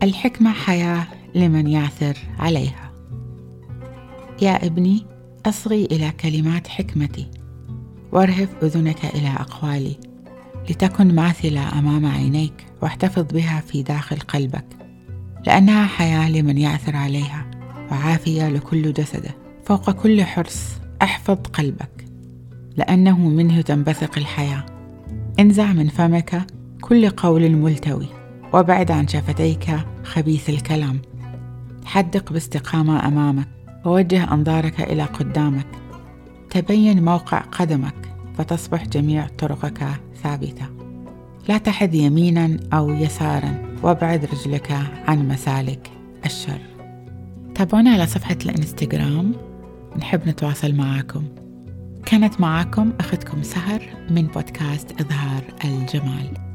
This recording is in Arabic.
الحكمة حياة لمن يعثر عليها. يا ابني، أصغي إلى كلمات حكمتي، وارهف أذنك إلى أقوالي، لتكن ماثلة أمام عينيك، واحتفظ بها في داخل قلبك، لأنها حياة لمن يعثر عليها، وعافية لكل جسده. فوق كل حرص احفظ قلبك، لأنه منه تنبثق الحياة. انزع من فمك كل قول ملتوي، وابعد عن شفتيك خبيث الكلام. حدق باستقامة أمامك، ووجه أنظارك إلى قدامك. تبين موقع قدمك، فتصبح جميع طرقك ثابتة. لا تحد يمينا أو يسارا، وابعد رجلك عن مسالك الشر. تابعونا على صفحة الإنستغرام، نحب نتواصل معاكم. كانت معاكم أختكم سهر من بودكاست إظهار الجمال.